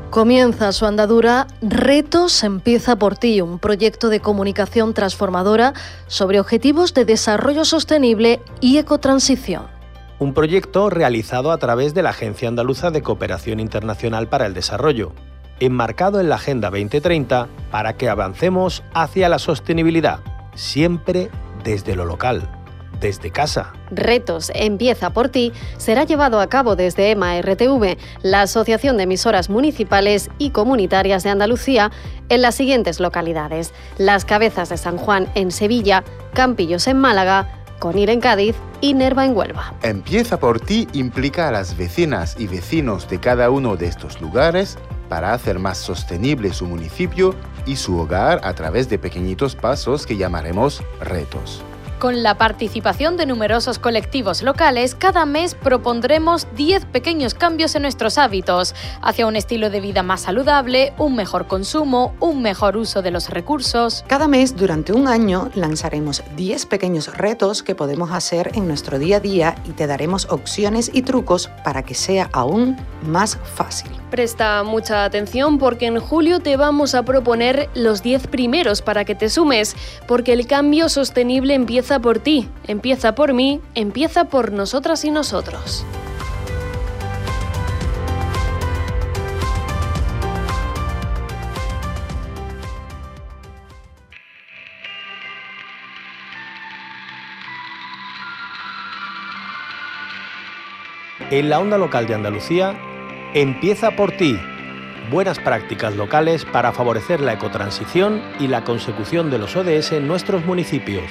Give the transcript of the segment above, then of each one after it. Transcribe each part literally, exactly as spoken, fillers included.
Comienza su andadura Retos empieza por ti, un proyecto de comunicación transformadora sobre objetivos de desarrollo sostenible y ecotransición. Un proyecto realizado a través de la Agencia Andaluza de Cooperación Internacional para el Desarrollo, enmarcado en la Agenda veinte treinta para que avancemos hacia la sostenibilidad, siempre desde lo local, desde casa. Retos empieza por ti será llevado a cabo desde EMA R T V, la Asociación de Emisoras Municipales y Comunitarias de Andalucía, en las siguientes localidades: Las Cabezas de San Juan en Sevilla, Campillos en Málaga, Conil en Cádiz y Nerva en Huelva. Empieza por ti implica a las vecinas y vecinos de cada uno de estos lugares para hacer más sostenible su municipio y su hogar a través de pequeñitos pasos que llamaremos retos. Con la participación de numerosos colectivos locales, cada mes propondremos diez pequeños cambios en nuestros hábitos, hacia un estilo de vida más saludable, un mejor consumo, un mejor uso de los recursos. Cada mes, durante un año, lanzaremos diez pequeños retos que podemos hacer en nuestro día a día y te daremos opciones y trucos para que sea aún más fácil. Presta mucha atención porque en julio te vamos a proponer los diez primeros para que te sumes, porque el cambio sostenible empieza por ti, empieza por mí, empieza por nosotras y nosotros. En la onda local de Andalucía, empieza por ti. Buenas prácticas locales para favorecer la ecotransición y la consecución de los O D S en nuestros municipios.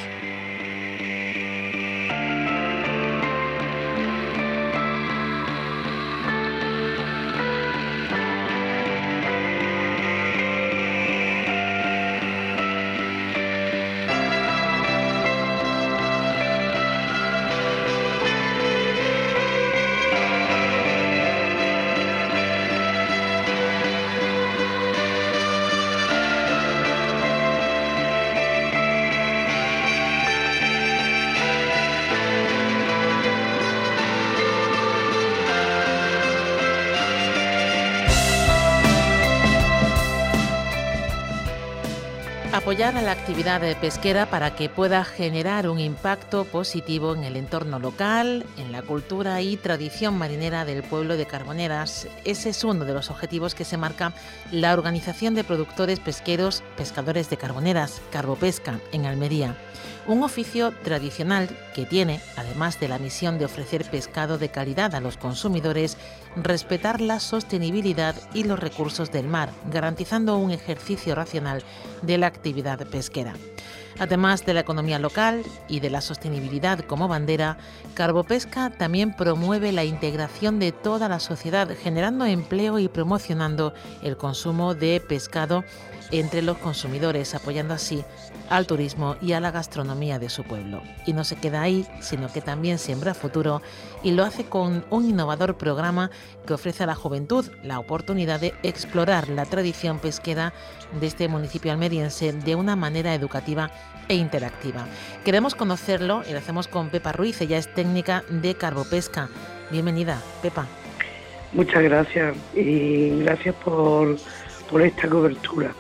Apoyar a la actividad pesquera para que pueda generar un impacto positivo en el entorno local, en la cultura y tradición marinera del pueblo de Carboneras. Ese es uno de los objetivos que se marca la Organización de Productores Pesqueros Pescadores de Carboneras, Carbopesca, en Almería. Un oficio tradicional que tiene, además de la misión de ofrecer pescado de calidad a los consumidores, respetar la sostenibilidad y los recursos del mar, garantizando un ejercicio racional de la actividad pesquera. Además de la economía local y de la sostenibilidad como bandera, Carbopesca también promueve la integración de toda la sociedad, generando empleo y promocionando el consumo de pescado entre los consumidores, apoyando así al turismo y a la gastronomía de su pueblo. Y no se queda ahí, sino que también siembra futuro y lo hace con un innovador programa que ofrece a la juventud la oportunidad de explorar la tradición pesquera de este municipio almeriense de una manera educativa e interactiva. Queremos conocerlo y lo hacemos con Pepa Ruiz, ella es técnica de Carbopesca. Bienvenida, Pepa. Muchas gracias y gracias por, por esta cobertura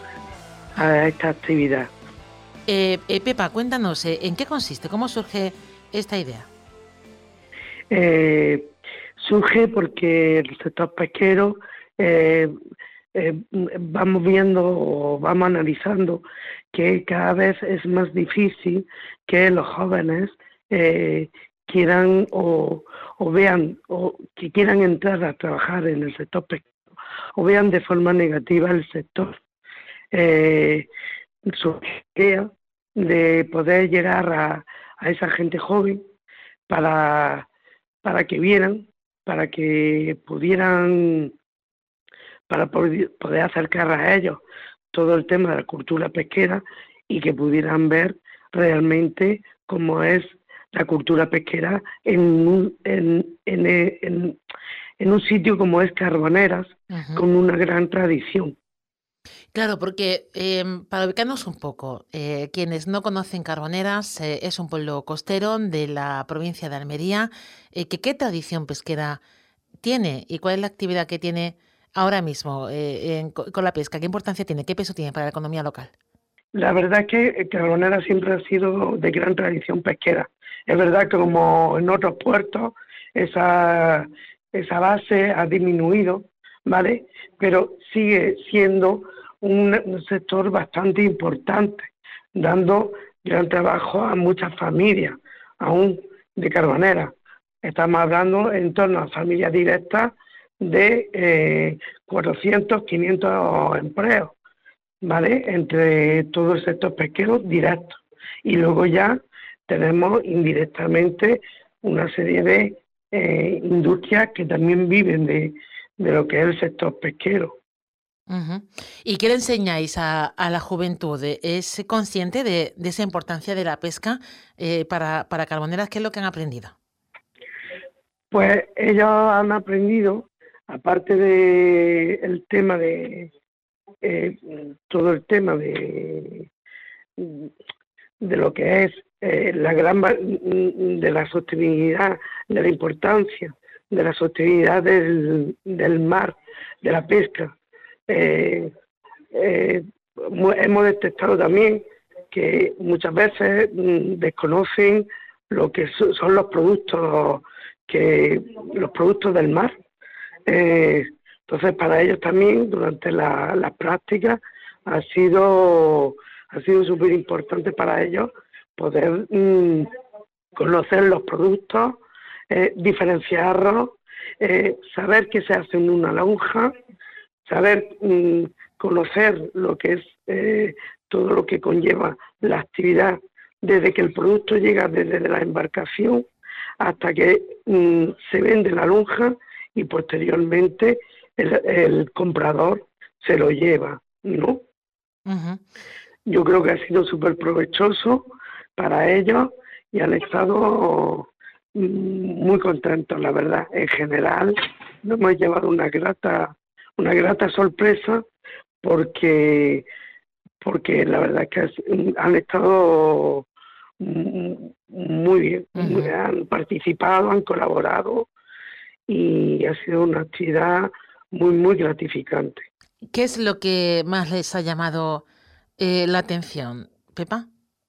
a esta actividad. Eh, eh, Pepa, cuéntanos, eh, ¿en qué consiste? ¿Cómo surge esta idea? Eh, surge porque el sector pesquero eh, eh, vamos viendo o vamos analizando que cada vez es más difícil que los jóvenes eh, quieran o, o vean o que quieran entrar a trabajar en el sector pesquero o vean de forma negativa el sector. Eh, su idea de poder llegar a, a esa gente joven para, para que vieran, para que pudieran, para poder, poder acercar a ellos todo el tema de la cultura pesquera y que pudieran ver realmente cómo es la cultura pesquera en un, en, en, en, en un sitio como es Carboneras, uh-huh. con una gran tradición. Claro, porque eh, para ubicarnos un poco, eh, quienes no conocen Carboneras, eh, es un pueblo costero de la provincia de Almería, eh, que ¿qué tradición pesquera tiene y cuál es la actividad que tiene ahora mismo eh, en, con la pesca? ¿Qué importancia tiene? ¿Qué peso tiene para la economía local? La verdad es que Carbonera siempre ha sido de gran tradición pesquera. Es verdad que como en otros puertos esa, esa base ha disminuido, ¿vale? Pero sigue siendo un, un sector bastante importante, dando gran trabajo a muchas familias, aún de Carbonera. Estamos hablando en torno a familias directas de eh, cuatrocientos, quinientos empleos, ¿vale? Entre todo el sector pesquero directo. Y luego ya tenemos indirectamente una serie de eh, industrias que también viven de, de lo que es el sector pesquero. Uh-huh. ¿Y qué le enseñáis a, a la juventud? ¿Es consciente de, de esa importancia de la pesca eh, para, para Carboneras? ¿Qué es lo que han aprendido? Pues ellos han aprendido, aparte de el tema de eh, todo el tema de de lo que es eh, la gran de la sostenibilidad, de la importancia de la sostenibilidad del, del mar, de la pesca. Eh, eh, hemos detectado también que muchas veces mm, desconocen lo que so, son los productos que los productos del mar. Eh, entonces para ellos también durante la, las prácticas ha sido ha sido súper importante para ellos poder mm, conocer los productos, eh, diferenciarlos, eh, saber qué se hace en una lonja, saber mm, conocer lo que es eh, todo lo que conlleva la actividad desde que el producto llega desde la embarcación hasta que mm, se vende la lonja y posteriormente el, el comprador se lo lleva, ¿no? Uh-huh. Yo creo que ha sido súper provechoso para ellos y han estado muy contentos, la verdad. En general, nos hemos llevado una grata, una grata sorpresa porque, porque la verdad es que han estado muy bien, uh-huh. Han participado, han colaborado y ha sido una actividad muy, muy gratificante. ¿Qué es lo que más les ha llamado eh, la atención, Pepa?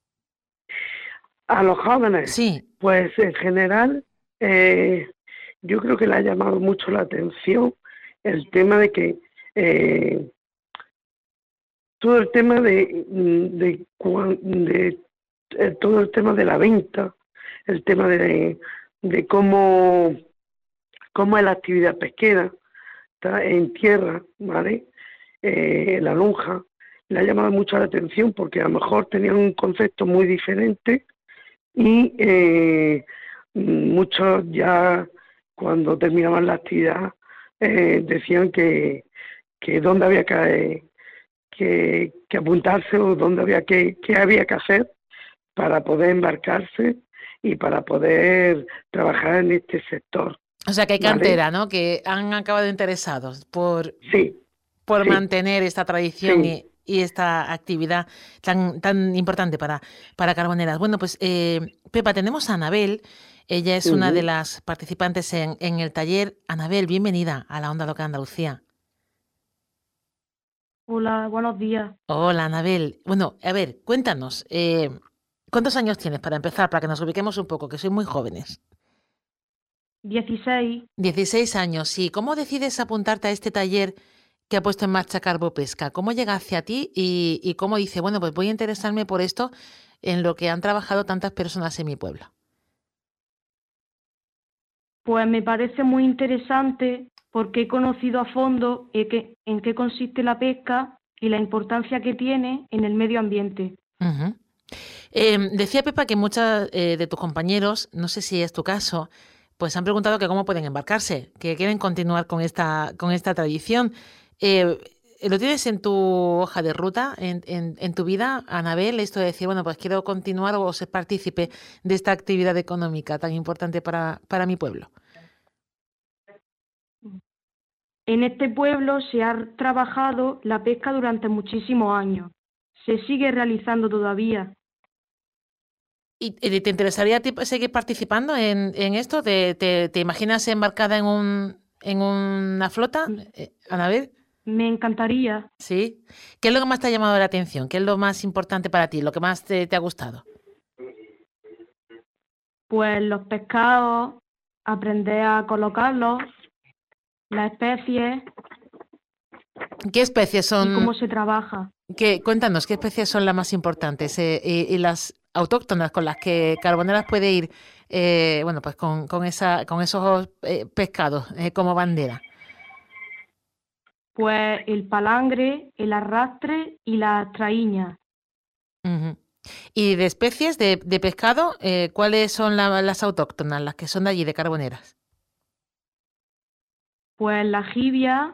A los jóvenes, sí. Pues en general, eh, yo creo que le ha llamado mucho la atención el tema de que eh, todo el tema de, de, de, de todo el tema de la venta, el tema de, de cómo, cómo es la actividad pesquera, está en tierra, ¿vale? Eh, en la lonja, le ha llamado mucho la atención porque a lo mejor tenían un concepto muy diferente y eh, muchos ya cuando terminaban la actividad eh, decían que, que dónde había que, que, que apuntarse o dónde había que, que había que hacer para poder embarcarse y para poder trabajar en este sector. O sea que hay cantera, ¿vale? ¿No? Que han acabado interesados por, sí, por sí. mantener esta tradición sí. y y esta actividad tan tan importante para, para Carboneras. Bueno, pues eh, Pepa, tenemos a Anabel, ella es uh-huh. una de las participantes en, en el taller. Anabel, bienvenida a la Onda Local Andalucía. Hola, buenos días. Hola, Anabel. Bueno, a ver, cuéntanos, eh, ¿cuántos años tienes para empezar, para que nos ubiquemos un poco, que sois muy jóvenes? dieciséis. dieciséis años, sí. ¿Cómo decides apuntarte a este taller que ha puesto en marcha Carbopesca? ¿Cómo llega hacia ti y, y cómo dice, bueno, pues voy a interesarme por esto en lo que han trabajado tantas personas en mi pueblo? Pues me parece muy interesante porque he conocido a fondo en qué, en qué consiste la pesca y la importancia que tiene en el medio ambiente. Uh-huh. Eh, decía Pepa que muchos eh, de tus compañeros, no sé si es tu caso, pues han preguntado que cómo pueden embarcarse, que quieren continuar con esta, con esta tradición. Eh, ¿Lo tienes en tu hoja de ruta, en, en, en tu vida, Anabel, esto de decir, bueno, pues quiero continuar o ser partícipe de esta actividad económica tan importante para, para mi pueblo? En este pueblo se ha trabajado la pesca durante muchísimos años. Se sigue realizando todavía. ¿Y te interesaría seguir participando en, en esto? ¿Te, te, ¿Te imaginas embarcada en un, en una flota, eh, Anabel? Me encantaría. Sí. ¿Qué es lo que más te ha llamado la atención? ¿Qué es lo más importante para ti? ¿Lo que más te, te ha gustado? Pues los pescados, aprender a colocarlos, las especies. ¿Qué especies son? Y cómo se trabaja. ¿Qué, cuéntanos, ¿qué especies son las más importantes eh, y, y las autóctonas con las que Carboneras puede ir, eh, bueno, pues con, con, esa, con esos eh, pescados eh, como bandera? Pues el palangre, el arrastre y la traíña. Uh-huh. ¿Y de especies de, de pescado, eh, cuáles son la, las autóctonas, las que son de allí, de Carboneras? Pues la jibia,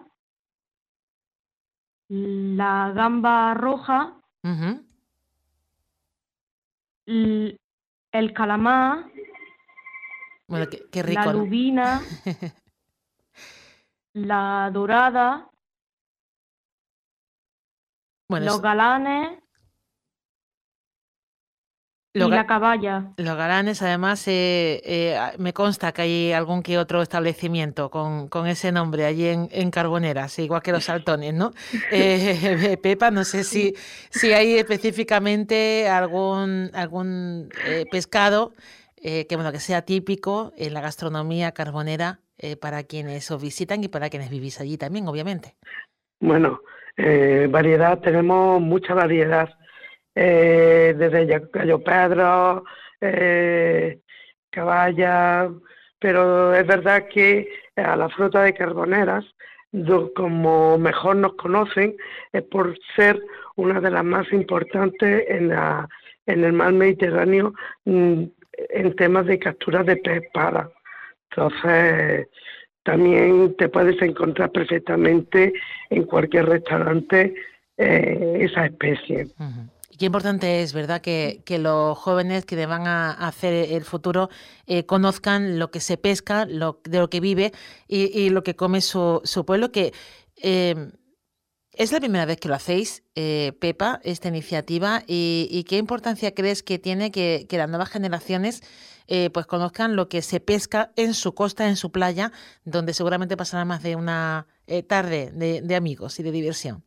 la gamba roja, uh-huh. el, el calamar, bueno, qué, qué rico, la ¿no? lubina, la dorada, bueno, los eso... galanes Los y la caballa. Los galanes, además, eh, eh, me consta que hay algún que otro establecimiento con, con ese nombre allí en, en Carboneras, igual que los saltones, ¿no? Eh, Pepa, no sé si, si hay específicamente algún, algún eh, pescado eh, que, bueno, que sea típico en la gastronomía carbonera eh, para quienes os visitan y para quienes vivís allí también, obviamente. Bueno, eh, variedad, tenemos mucha variedad. Eh, desde Gallo Pedro, eh, caballa, pero es verdad que a la flota de Carboneras, do, como mejor nos conocen, es por ser una de las más importantes en, la, en el mar Mediterráneo en temas de captura de pez para. Entonces, también te puedes encontrar perfectamente en cualquier restaurante eh, esa especie. Uh-huh. Qué importante es, ¿verdad?, que, que los jóvenes que van a hacer el futuro eh, conozcan lo que se pesca, lo, de lo que vive y, y lo que come su, su pueblo, que eh, es la primera vez que lo hacéis, eh, Pepa, esta iniciativa, y, y qué importancia crees que tiene que, que las nuevas generaciones eh, pues conozcan lo que se pesca en su costa, en su playa, donde seguramente pasarán más de una eh, tarde de, de amigos y de diversión.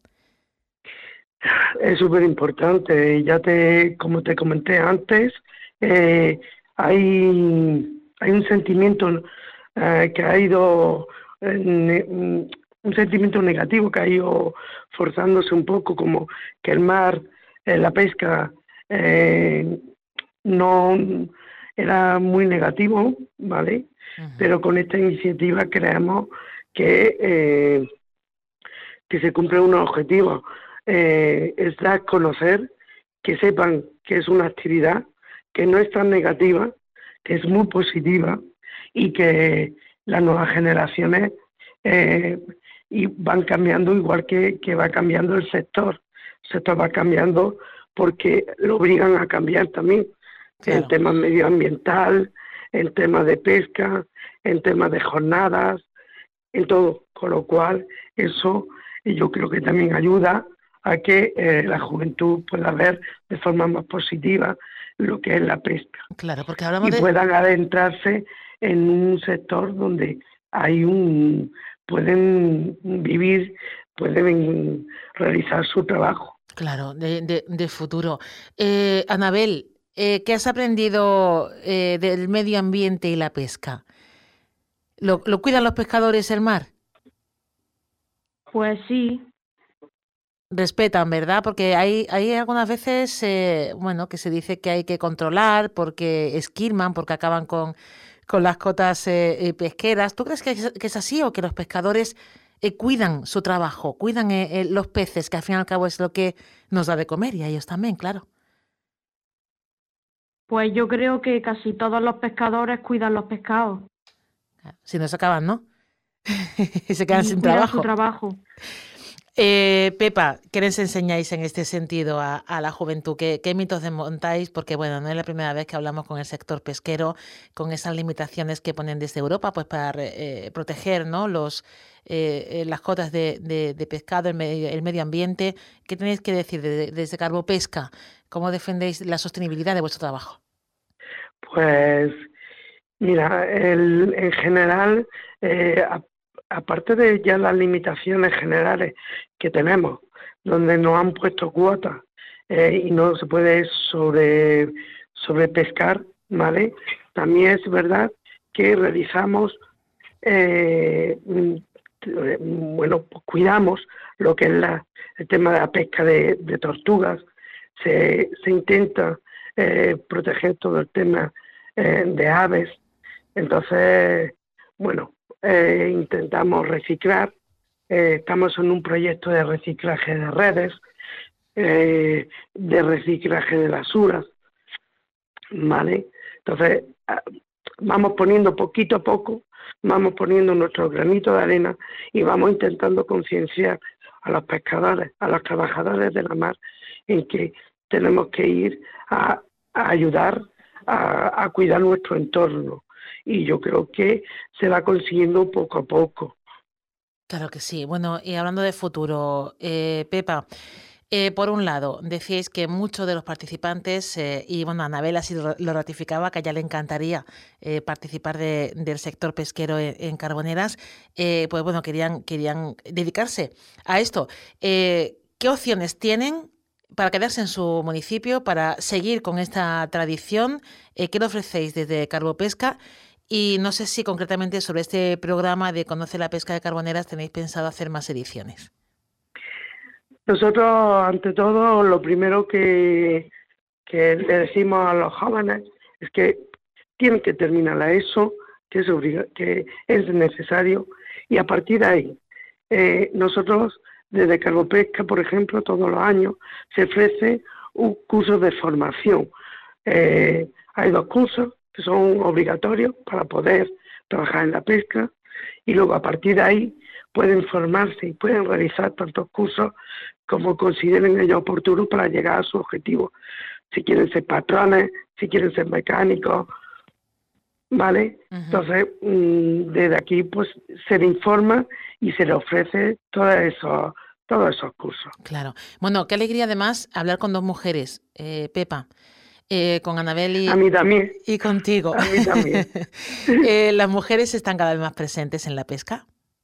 Es súper importante, ya te, como te comenté antes, eh, hay, hay un sentimiento eh, que ha ido, eh, ne, un sentimiento negativo que ha ido forzándose un poco, como que el mar, eh, la pesca, eh, no era muy negativo, ¿vale? Uh-huh. Pero con esta iniciativa creemos que, eh, que se cumplen unos objetivos. Eh, es dar a conocer, que sepan que es una actividad que no es tan negativa, que es muy positiva y que las nuevas generaciones eh, y van cambiando igual que, que va cambiando el sector. El sector va cambiando porque lo obligan a cambiar también, claro, en temas medioambiental, en temas de pesca, en temas de jornadas, en todo. Con lo cual, eso yo creo que también ayuda a que eh, la juventud pueda ver de forma más positiva lo que es la pesca. Claro, porque hablamos y de... puedan adentrarse en un sector donde hay un pueden vivir, pueden realizar su trabajo. Claro, de, de, de futuro. Eh, Anabel, eh, ¿qué has aprendido eh, del medio ambiente y la pesca? ¿Lo, ¿Lo cuidan los pescadores el mar? Pues sí. Respetan, ¿verdad? Porque hay, hay algunas veces, eh, bueno, que se dice que hay que controlar porque esquilman, porque acaban con, con las cotas eh, pesqueras. ¿Tú crees que es, que es así o que los pescadores eh, cuidan su trabajo, cuidan eh, eh, los peces, que al fin y al cabo es lo que nos da de comer y a ellos también, claro? Pues yo creo que casi todos los pescadores cuidan los pescados. Si no se acaban, ¿no? y se quedan y sin cuidan trabajo. su trabajo. Eh, Pepa, ¿qué les enseñáis en este sentido a, a la juventud? ¿Qué, ¿Qué mitos desmontáis? Porque, bueno, no es la primera vez que hablamos con el sector pesquero, con esas limitaciones que ponen desde Europa pues para eh, proteger, ¿no? Los, eh, las cotas de, de, de pescado, el medio, el medio ambiente. ¿Qué tenéis que decir de, desde Carbopesca? ¿Cómo defendéis la sostenibilidad de vuestro trabajo? Pues, mira, el, en general, eh, aparte de ya las limitaciones generales que tenemos, donde nos han puesto cuotas eh, y no se puede sobre, sobre pescar, ¿vale? También es verdad que realizamos, eh, bueno, pues cuidamos lo que es la, el tema de la pesca de, de tortugas, se, se intenta eh, proteger todo el tema eh, de aves, entonces, bueno, eh, intentamos reciclar, eh, estamos en un proyecto de reciclaje de redes, eh, de reciclaje de basuras, ¿vale? Entonces, vamos poniendo poquito a poco, vamos poniendo nuestro granito de arena y vamos intentando concienciar a los pescadores, a los trabajadores de la mar, en que tenemos que ir a, a ayudar a, a cuidar nuestro entorno. Y yo creo que se va consiguiendo poco a poco. Claro que sí. Bueno, y hablando de futuro, eh, Pepa, eh, por un lado, decíais que muchos de los participantes, eh, y bueno, Anabel así lo, lo ratificaba, que a ella le encantaría eh, participar de, del sector pesquero en, en Carboneras, eh, pues bueno, querían, querían dedicarse a esto. Eh, ¿Qué opciones tienen para quedarse en su municipio, para seguir con esta tradición? Eh, ¿Qué le ofrecéis desde Carbopesca? Y no sé si concretamente sobre este programa de Conoce la Pesca de Carboneras tenéis pensado hacer más ediciones. Nosotros, ante todo, lo primero que, que le decimos a los jóvenes es que tienen que terminar la ESO, que es, obliga que es necesario, y a partir de ahí, eh, nosotros, desde Carbopesca, por ejemplo, todos los años se ofrece un curso de formación. Eh, hay dos cursos que son obligatorios para poder trabajar en la pesca, y luego a partir de ahí pueden formarse y pueden realizar tantos cursos como consideren ellos oportunos para llegar a su objetivo. Si quieren ser patrones, si quieren ser mecánicos, ¿vale? Uh-huh. Entonces, mmm, desde aquí pues se le informa y se le ofrece todos esos, todos esos cursos. Claro. Bueno, qué alegría además hablar con dos mujeres, eh, Pepa. Eh, con Anabel y, a mí también. y contigo. A mí también. eh, ¿Las mujeres están cada vez más presentes en la pesca?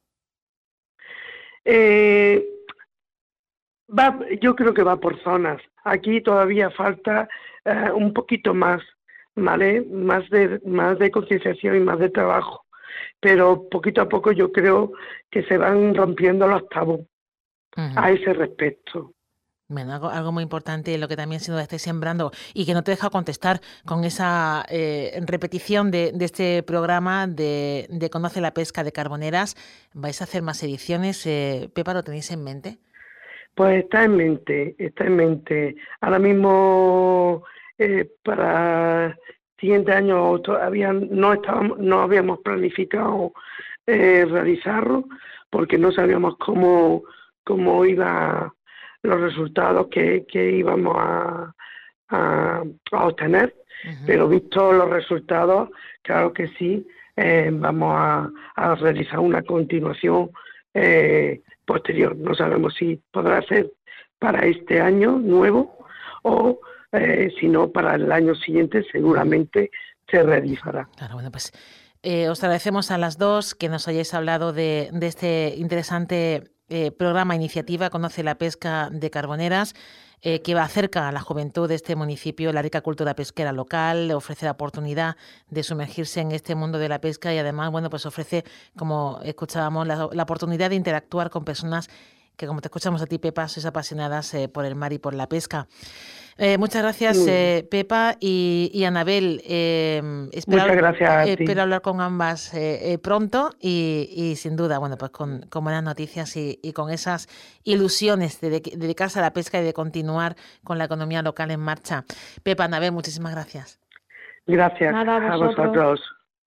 Eh, va, yo creo que va por zonas. Aquí todavía falta eh, un poquito más, ¿vale? Más de, más de concienciación y más de trabajo. Pero poquito a poco yo creo que se van rompiendo los tabús uh-huh. a ese respecto. Bueno, algo, algo muy importante, lo que también sin duda estáis sembrando y que no te deja contestar con esa eh, repetición de, de este programa de, de Conoce la Pesca de Carboneras. ¿Vais a hacer más ediciones? Eh, Pepa, ¿lo tenéis en mente? Pues está en mente, está en mente. Ahora mismo, eh, para el siguiente año todavía no, estábamos, no habíamos planificado eh, realizarlo porque no sabíamos cómo, cómo iba los resultados que, que íbamos a, a, a obtener, uh-huh. pero visto los resultados, claro que sí, eh, vamos a, a realizar una continuación eh, posterior. No sabemos si podrá ser para este año nuevo o eh, si no para el año siguiente seguramente se realizará. Claro, bueno, pues eh, os agradecemos a las dos que nos hayáis hablado de, de este interesante Eh, programa, iniciativa Conoce la Pesca de Carboneras, eh, que va acerca a la juventud de este municipio la rica cultura pesquera local, ofrece la oportunidad de sumergirse en este mundo de la pesca y además, bueno, pues ofrece, como escuchábamos, la, la oportunidad de interactuar con personas que, como te escuchamos a ti, Pepa, sois apasionadas eh, por el mar y por la pesca. Eh, muchas gracias, eh, Pepa y, y Anabel. Eh, espero, muchas gracias a eh, ti. Espero hablar con ambas eh, eh, pronto y, y sin duda, bueno, pues con, con buenas noticias y, y con esas ilusiones de, de dedicarse a la pesca y de continuar con la economía local en marcha. Pepa, Anabel, muchísimas gracias. Gracias Nada, a a vosotros. vosotros.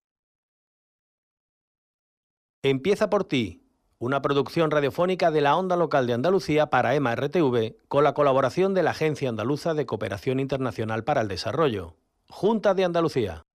Empieza por ti. Una producción radiofónica de la Onda Local de Andalucía para E M A R T V con la colaboración de la Agencia Andaluza de Cooperación Internacional para el Desarrollo. Junta de Andalucía.